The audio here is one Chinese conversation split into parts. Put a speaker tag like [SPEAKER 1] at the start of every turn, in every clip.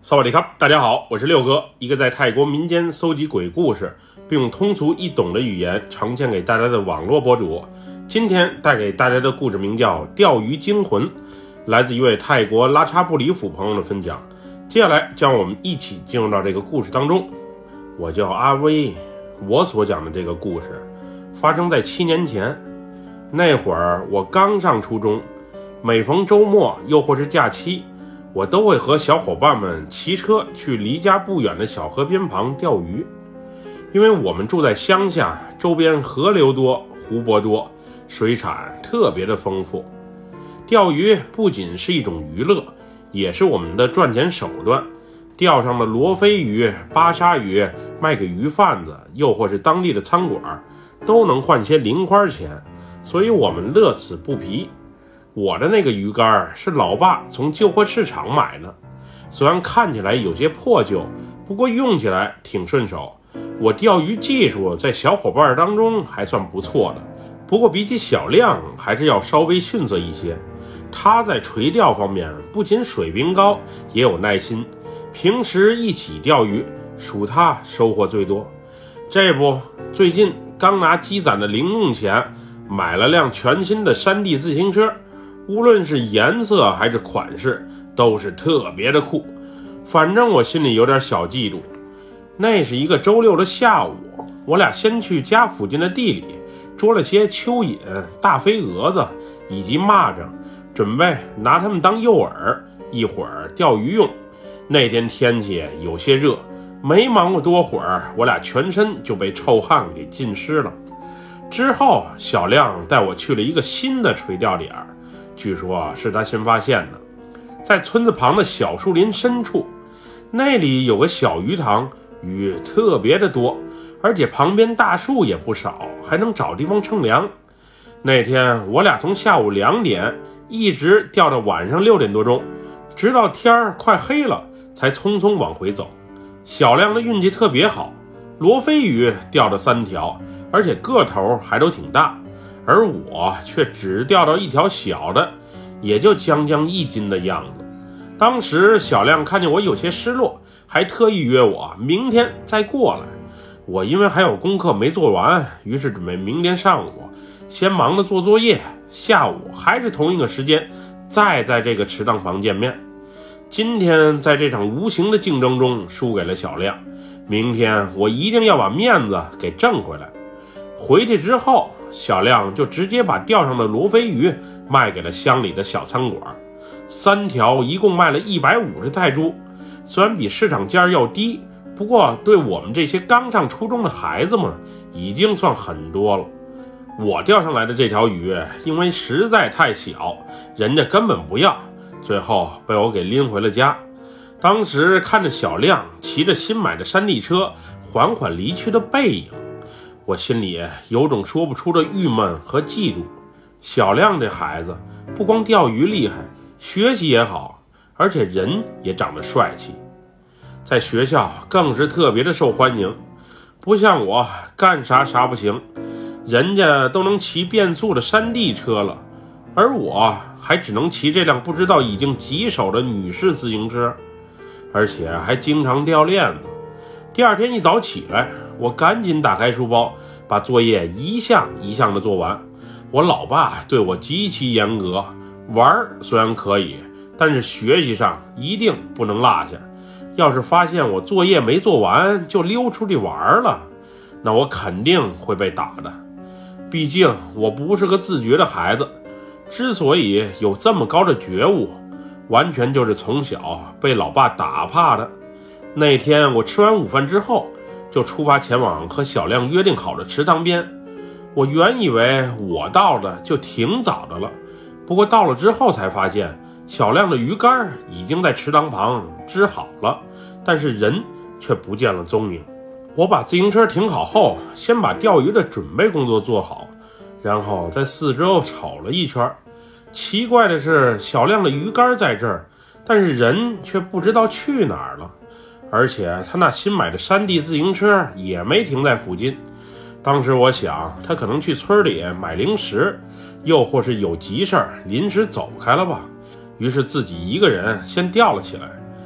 [SPEAKER 1] 萨瓦迪卡，大家好，我是六哥，一个在泰国民间搜集鬼故事，并用通俗易懂的语言呈现给大家的网络博主。今天带给大家的故事名叫《钓鱼惊魂》，来自一位泰国拉查布里府朋友的分享。接下来将我们一起进入到这个故事当中。我叫阿威，我所讲的这个故事发生在7年前。那会儿我刚上初中，每逢周末又或是假期，我都会和小伙伴们骑车去离家不远的小河边旁钓鱼。因为我们住在乡下，周边河流多，湖泊多，水产特别的丰富。钓鱼不仅是一种娱乐，也是我们的赚钱手段。钓上的罗非鱼、巴沙鱼卖给鱼贩子，又或是当地的餐馆，都能换些零花钱，所以我们乐此不疲。我的那个鱼竿是老爸从旧货市场买的，虽然看起来有些破旧，不过用起来挺顺手。我钓鱼技术在小伙伴当中还算不错的，不过比起小亮还是要稍微逊色一些。他在垂钓方面不仅水平高，也有耐心，平时一起钓鱼，属他收获最多。这不，最近刚拿积攒的零用钱买了辆全新的山地自行车，无论是颜色还是款式都是特别的酷，反正我心里有点小嫉妒。那是一个周六的下午，我俩先去家附近的地里捉了些蚯蚓、大飞蛾子以及蚂蚱，准备拿它们当诱饵，一会儿钓鱼用。那天天气有些热，没忙过多会儿，我俩全身就被臭汗给浸湿了。之后小亮带我去了一个新的垂钓点，据说是他新发现的，在村子旁的小树林深处，那里有个小鱼塘，鱼特别的多，而且旁边大树也不少，还能找地方乘凉。那天我俩从下午2点一直钓到晚上6点多钟，直到天快黑了才匆匆往回走。小亮的运气特别好，罗非鱼钓了3条，而且个头还都挺大，而我却只钓到1条小的，也就将1斤的样子。当时小亮看见我有些失落，还特意约我明天再过来。我因为还有功课没做完，于是准备明天上午先忙着做作业，下午还是同一个时间再在这个池塘房见面。今天在这场无形的竞争中输给了小亮，明天我一定要把面子给挣回来。回去之后，小亮就直接把钓上的罗非鱼卖给了乡里的小餐馆，3条一共卖了150泰铢，虽然比市场价要低，不过对我们这些刚上初中的孩子们已经算很多了。我钓上来的这条鱼因为实在太小，人家根本不要，最后被我给拎回了家。当时看着小亮骑着新买的山地车缓缓离去的背影，我心里有种说不出的郁闷和嫉妒。小亮这孩子不光钓鱼厉害，学习也好，而且人也长得帅气，在学校更是特别的受欢迎。不像我干啥不行，人家都能骑变速的山地车了，而我还只能骑这辆不知道已经几手的女士自行车，而且还经常掉链子。第二天一早起来，我赶紧打开书包，把作业一项一项的做完。我老爸对我极其严格，玩虽然可以，但是学习上一定不能落下。要是发现我作业没做完就溜出去玩了，那我肯定会被打的。毕竟我不是个自觉的孩子，之所以有这么高的觉悟，完全就是从小被老爸打怕的。那天我吃完午饭之后，就出发前往和小亮约定好的池塘边。我原以为我到的就挺早的了，不过到了之后才发现，小亮的鱼竿已经在池塘旁支好了，但是人却不见了踪影。我把自行车停好后，先把钓鱼的准备工作做好，然后在四周瞅了一圈。奇怪的是，小亮的鱼竿在这儿，但是人却不知道去哪儿了，而且他那新买的山地自行车也没停在附近。当时我想，他可能去村里买零食，又或是有急事临时走开了吧，于是自己一个人先钓了起来。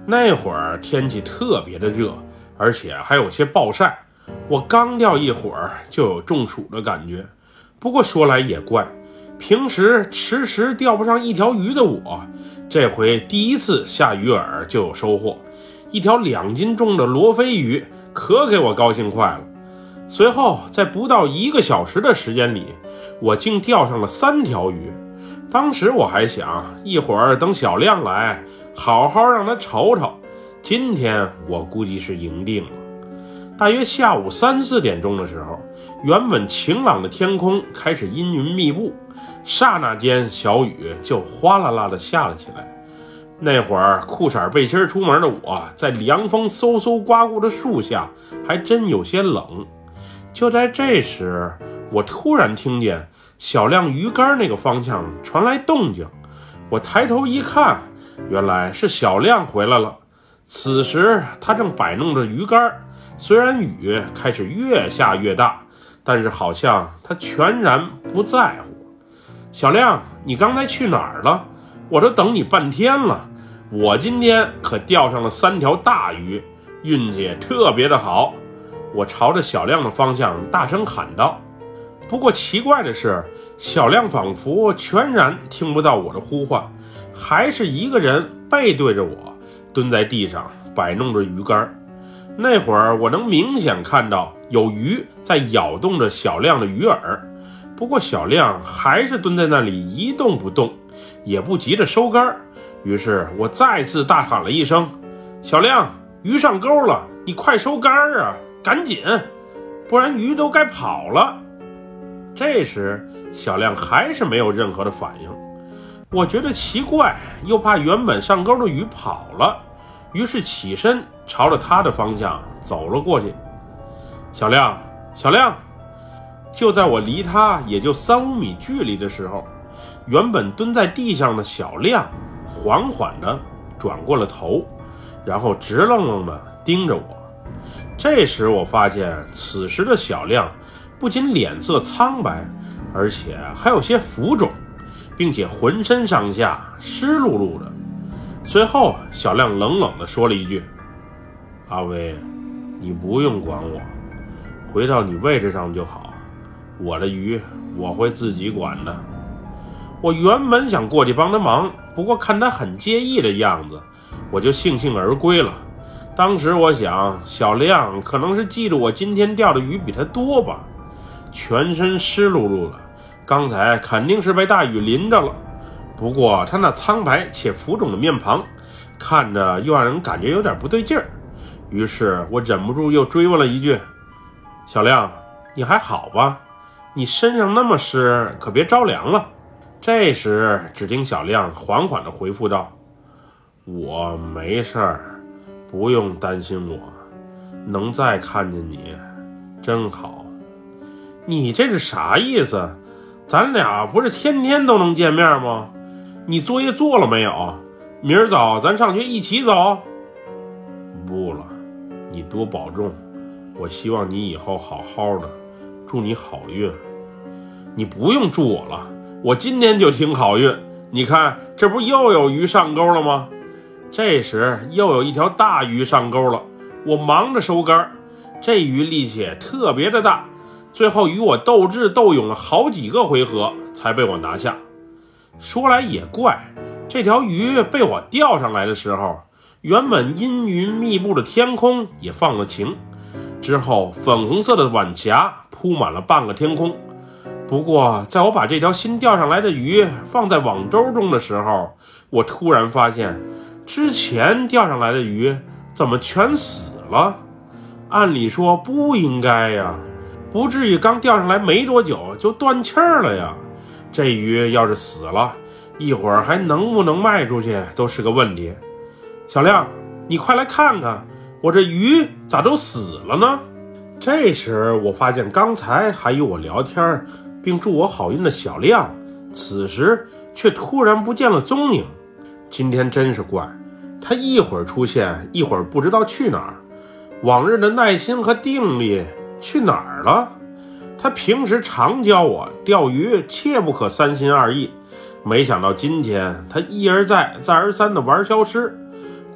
[SPEAKER 1] 那会儿天气特别的热，而且还有些暴晒，我刚钓一会儿就有中暑的感觉。不过说来也怪，平时迟迟钓不上一条鱼的我，这回第一次下鱼饵就有收获，一条2斤重的罗非鱼，可给我高兴坏了。随后在不到1个小时的时间里，我竟钓上了3条鱼。当时我还想，一会儿等小亮来，好好让他瞅瞅。今天我估计是赢定了。大约下午3、4点钟的时候，原本晴朗的天空开始阴云密布，刹那间小雨就哗啦啦地下了起来。那会儿裤衩背心出门的我，在凉风嗖嗖刮过的树下，还真有些冷。就在这时，我突然听见小亮鱼竿那个方向传来动静，我抬头一看，原来是小亮回来了。此时他正摆弄着鱼竿，虽然雨开始越下越大，但是好像他全然不在乎。小亮，你刚才去哪儿了？我都等你半天了。我今天可钓上了3条大鱼，运气特别的好。我朝着小亮的方向大声喊道。不过奇怪的是，小亮仿佛全然听不到我的呼唤，还是一个人背对着我，蹲在地上摆弄着鱼竿。那会儿我能明显看到有鱼在咬动着小亮的鱼饵，不过小亮还是蹲在那里一动不动，也不急着收竿。于是我再次大喊了一声：小亮，鱼上钩了，你快收竿啊，赶紧，不然鱼都该跑了。这时小亮还是没有任何的反应，我觉得奇怪，又怕原本上钩的鱼跑了，于是起身朝着他的方向走了过去。小亮，小亮！就在我离他也就3、5米距离的时候，原本蹲在地上的小亮缓缓地转过了头，然后直愣愣地盯着我。这时我发现，此时的小亮不仅脸色苍白，而且还有些浮肿，并且浑身上下湿漉漉的。随后小亮冷冷地说了一句：阿威，你不用管我，回到你位置上就好，我的鱼我会自己管的。我原本想过去帮他忙，不过看他很介意的样子，我就悻悻而归了。当时我想，小亮可能是记住我今天钓的鱼比他多吧，全身湿漉漉的，刚才肯定是被大雨淋着了。不过他那苍白且浮肿的面庞，看着又让人感觉有点不对劲儿。于是我忍不住又追问了一句：小亮，你还好吧？你身上那么湿，可别着凉了。这时只听小亮缓缓地回复道：我没事儿，不用担心我，能再看见你真好。你这是啥意思？咱俩不是天天都能见面吗？你作业做了没有？明儿早咱上学一起走。不了，你多保重，我希望你以后好好的，祝你好运。你不用祝我了，我今天就挺好运。你看，这不又有鱼上钩了吗？这时又有一条大鱼上钩了，我忙着收竿，这鱼力气特别的大，最后与我斗智斗勇了好几个回合才被我拿下。说来也怪，这条鱼被我钓上来的时候，原本阴云密布的天空也放了晴，之后粉红色的晚霞铺满了半个天空。不过在我把这条新钓上来的鱼放在网兜中的时候，我突然发现之前钓上来的鱼怎么全死了？按理说不应该呀，不至于刚钓上来没多久就断气儿了呀。这鱼要是死了，一会儿还能不能卖出去都是个问题。小亮，你快来看看，我这鱼咋都死了呢？这时我发现刚才还与我聊天并祝我好运的小亮，此时却突然不见了踪影。今天真是怪，他一会儿出现，一会儿不知道去哪儿。往日的耐心和定力去哪儿了？他平时常教我钓鱼切不可三心二意，没想到今天他一而再再而三的玩消失。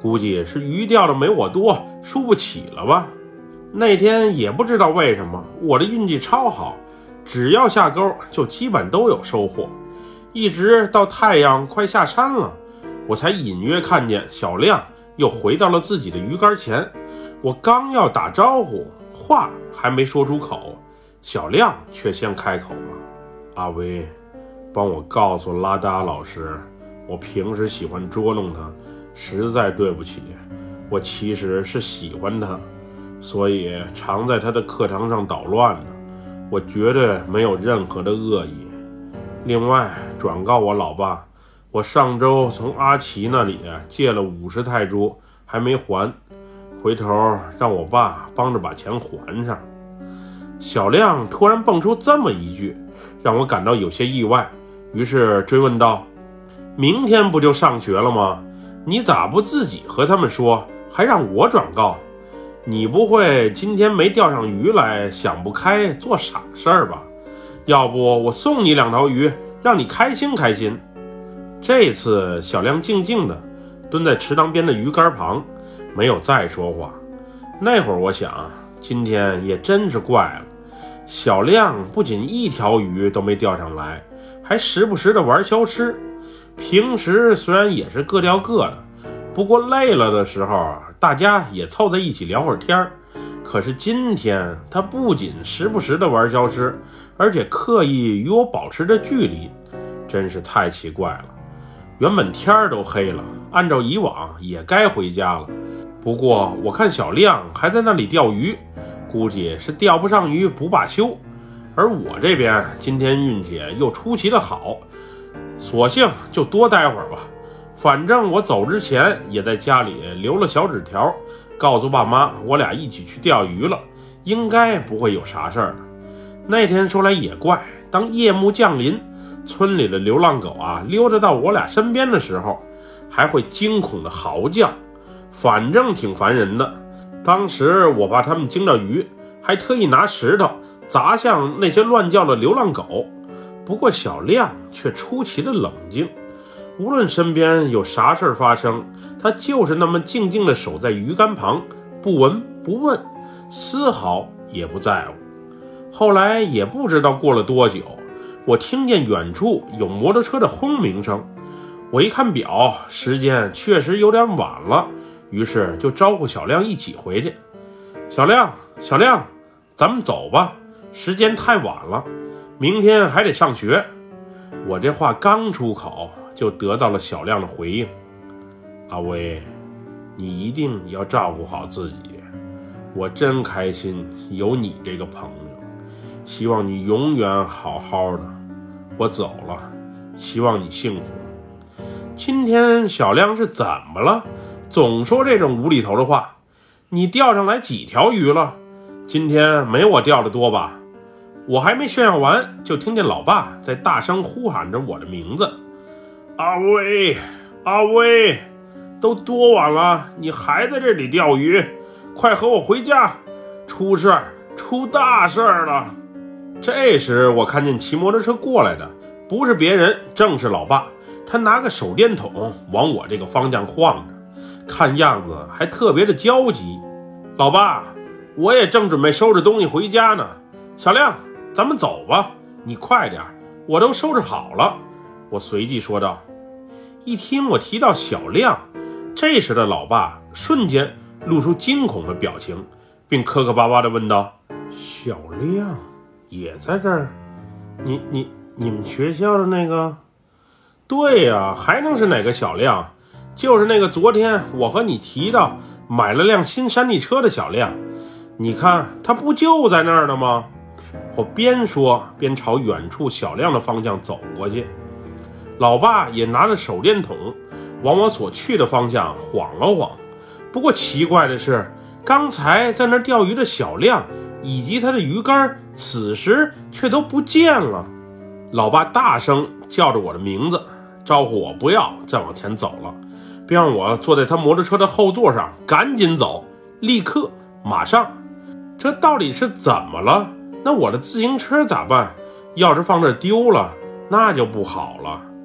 [SPEAKER 1] 估计是鱼钓的没我多，输不起了吧。那天也不知道为什么，我的运气超好，只要下钩就基本都有收获，一直到太阳快下山了，我才隐约看见小亮又回到了自己的鱼竿前。我刚要打招呼，话还没说出口，小亮却先开口了：阿威，帮我告诉拉达老师，我平时喜欢捉弄他，实在对不起，我其实是喜欢他，所以常在他的课堂上捣乱呢，我绝对没有任何的恶意。另外转告我老爸，我上周从阿奇那里借了50泰铢还没还，回头让我爸帮着把钱还上。小亮突然蹦出这么一句，让我感到有些意外，于是追问道：明天不就上学了吗？你咋不自己和他们说，还让我转告？你不会今天没钓上鱼来想不开做傻事儿吧？要不我送你2条鱼，让你开心开心。这次小亮静静地蹲在池塘边的鱼竿旁，没有再说话。那会儿我想，今天也真是怪了，小亮不仅1条鱼都没钓上来，还时不时的玩消失。平时虽然也是各钓各的，不过累了的时候大家也凑在一起聊会儿天儿。可是今天他不仅时不时的玩消失，而且刻意与我保持着距离，真是太奇怪了。原本天儿都黑了，按照以往也该回家了，不过我看小亮还在那里钓鱼，估计是钓不上鱼不罢休。而我这边今天运气又出奇的好，索性就多待会儿吧。反正我走之前也在家里留了小纸条，告诉爸妈我俩一起去钓鱼了，应该不会有啥事儿的。那天说来也怪，当夜幕降临，村里的流浪狗溜达到我俩身边的时候，还会惊恐的嚎叫，反正挺烦人的。当时我怕他们惊到鱼，还特意拿石头砸向那些乱叫的流浪狗。不过小亮却出奇的冷静，无论身边有啥事发生，他就是那么静静地守在鱼竿旁，不闻不问，丝毫也不在乎。后来也不知道过了多久，我听见远处有摩托车的轰鸣声，我一看表，时间确实有点晚了，于是就招呼小亮一起回去。小亮，咱们走吧，时间太晚了，明天还得上学。我这话刚出口，就得到了小亮的回应：阿威，你一定要照顾好自己，我真开心有你这个朋友，希望你永远好好的。我走了，希望你幸福。今天小亮是怎么了？总说这种无厘头的话。你钓上来几条鱼了？今天没我钓的多吧？我还没炫耀完，就听见老爸在大声呼喊着我的名字：阿威，阿威，都多晚了，你还在这里钓鱼？快和我回家，出事儿，出大事儿了。这时我看见骑摩托车过来的不是别人，正是老爸。他拿个手电筒往我这个方向晃着，看样子还特别的焦急。老爸，我也正准备收拾东西回家呢。小亮，咱们走吧，你快点，我都收拾好了。我随即说道。一听我提到小亮，这时的老爸瞬间露出惊恐的表情，并磕磕巴巴地问道：小亮也在这儿？你们学校的那个？对呀，还能是哪个小亮？就是那个昨天我和你提到买了辆新山地车的小亮。你看他不就在那儿呢吗？我边说边朝远处小亮的方向走过去。老爸也拿着手电筒往我所去的方向晃了晃。不过奇怪的是，刚才在那儿钓鱼的小亮以及他的鱼竿此时却都不见了。老爸大声叫着我的名字，招呼我不要再往前走了，并让我坐在他摩托车的后座上赶紧走，立刻马上。这到底是怎么了？那我的自行车咋办？要是放这丢了，那就不好了。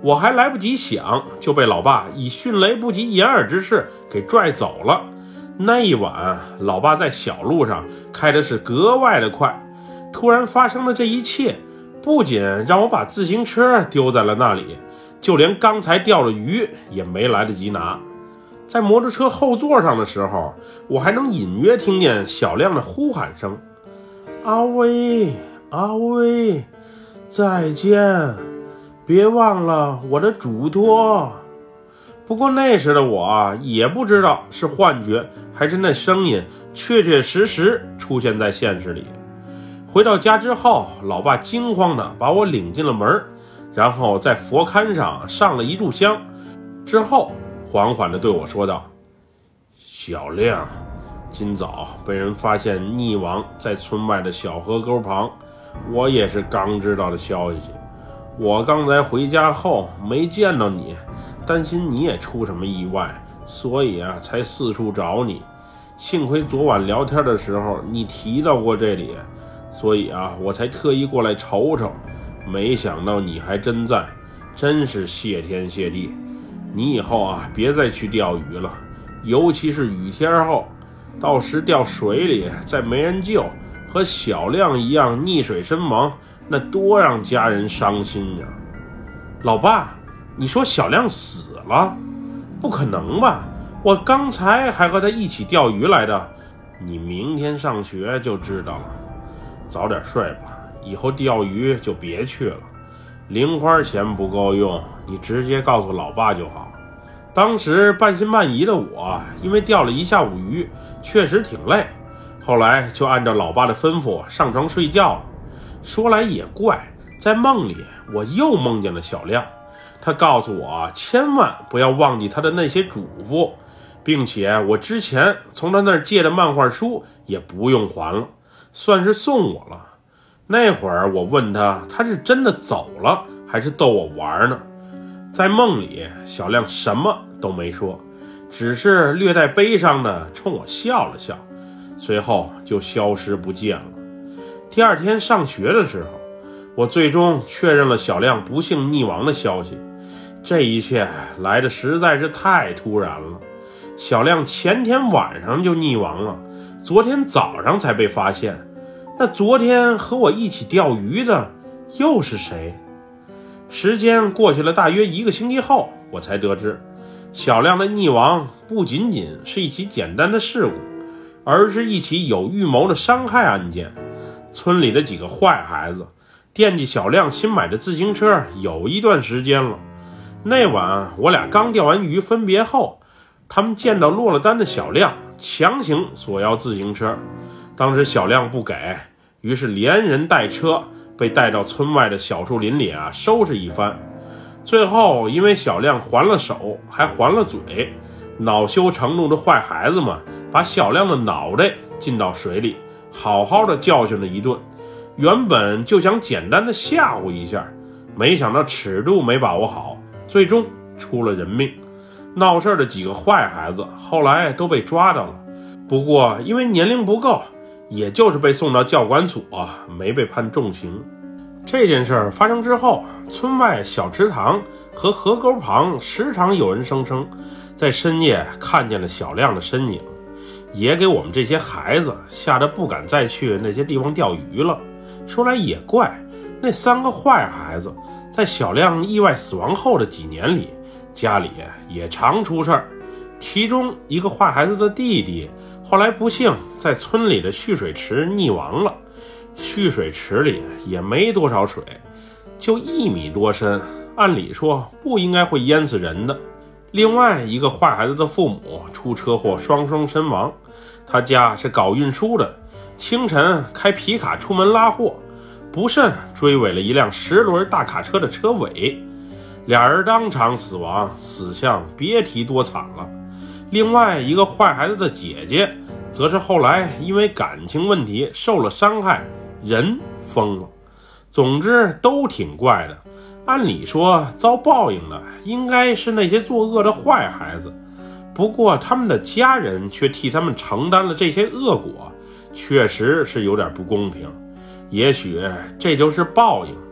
[SPEAKER 1] 我还来不及想，就被老爸以迅雷不及掩耳之势给拽走了。那一晚，老爸在小路上开的是格外的快。突然发生的这一切，不仅让我把自行车丢在了那里，就连刚才钓的鱼也没来得及拿。在摩托车后座上的时候，我还能隐约听见小亮的呼喊声：阿威，阿威，再见，别忘了我的嘱托。不过那时的我也不知道是幻觉还是那声音确确实实出现在现实里。回到家之后，老爸惊慌地把我领进了门，然后在佛龛上上了一炷香，之后缓缓地对我说道：小亮，今早被人发现溺亡在村外的小河沟旁，我也是刚知道的消息。我刚才回家后没见到你，担心你也出什么意外，所以才四处找你。幸亏昨晚聊天的时候你提到过这里，所以我才特意过来瞅瞅，没想到你还真在，真是谢天谢地。你以后别再去钓鱼了，尤其是雨天后，到时掉水里再没人救，和小亮一样溺水身亡，那多让家人伤心呀。老爸，你说小亮死了？不可能吧，我刚才还和他一起钓鱼来的。你明天上学就知道了，早点睡吧，以后钓鱼就别去了，零花钱不够用，你直接告诉老爸就好。当时半信半疑的我，因为钓了一下午鱼，确实挺累，后来就按照老爸的吩咐上床睡觉了。说来也怪，在梦里我又梦见了小亮，他告诉我千万不要忘记他的那些嘱咐，并且我之前从他那儿借的漫画书也不用还了，算是送我了。那会儿我问他，他是真的走了还是逗我玩呢？在梦里小亮什么都没说，只是略带悲伤地冲我笑了笑，随后就消失不见了。第二天上学的时候，我最终确认了小亮不幸溺亡的消息。这一切来得实在是太突然了，小亮前天晚上就溺亡了，昨天早上才被发现。那昨天和我一起钓鱼的又是谁？时间过去了大约1个星期后，我才得知小亮的溺亡不仅仅是一起简单的事故，而是一起有预谋的伤害案件。村里的几个坏孩子惦记小亮新买的自行车有一段时间了。那晚我俩刚钓完鱼分别后，他们见到落了单的小亮，强行索要自行车。当时小亮不给，于是连人带车被带到村外的小树林里收拾一番。最后因为小亮还了手还还了嘴，恼羞成怒的坏孩子们把小亮的脑袋浸到水里，好好的教训了一顿。原本就想简单的吓唬一下，没想到尺度没把握好，最终出了人命。闹事的几个坏孩子后来都被抓到了，不过因为年龄不够，也就是被送到教管所，没被判重刑。这件事发生之后，村外小池塘和河沟旁时常有人声称在深夜看见了小亮的身影，也给我们这些孩子吓得不敢再去那些地方钓鱼了。说来也怪，那3个坏孩子在小亮意外死亡后的几年里，家里也常出事儿。其中一个坏孩子的弟弟后来不幸在村里的蓄水池溺亡了，蓄水池里也没多少水，就1米多深，按理说不应该会淹死人的。另外一个坏孩子的父母出车祸双双身亡，他家是搞运输的，清晨开皮卡出门拉货，不慎追尾了一辆10轮大卡车的车尾，俩人当场死亡，死相别提多惨了。另外一个坏孩子的姐姐则是后来因为感情问题受了伤害，人疯了。总之都挺怪的，按理说遭报应的应该是那些作恶的坏孩子，不过他们的家人却替他们承担了这些恶果，确实是有点不公平。也许这就是报应，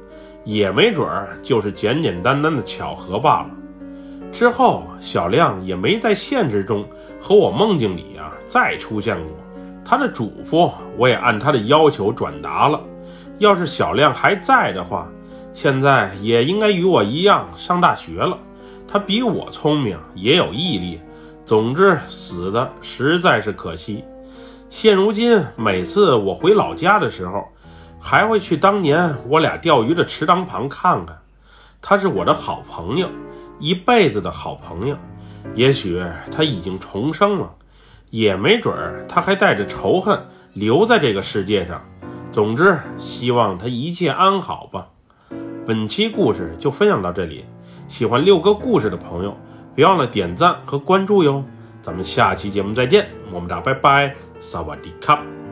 [SPEAKER 1] 也没准就是简简单单的巧合罢了。之后小亮也没在现实中和我梦境里再出现过，他的嘱咐我也按他的要求转达了。要是小亮还在的话，现在也应该与我一样上大学了。他比我聪明，也有毅力，总之死的实在是可惜。现如今每次我回老家的时候，还会去当年我俩钓鱼的池塘旁看看。他是我的好朋友，一辈子的好朋友。也许他已经重生了，也没准他还带着仇恨留在这个世界上。总之希望他一切安好吧。本期故事就分享到这里，喜欢六哥故事的朋友别忘了点赞和关注哟。咱们下期节目再见，么么哒，拜拜，萨瓦迪卡。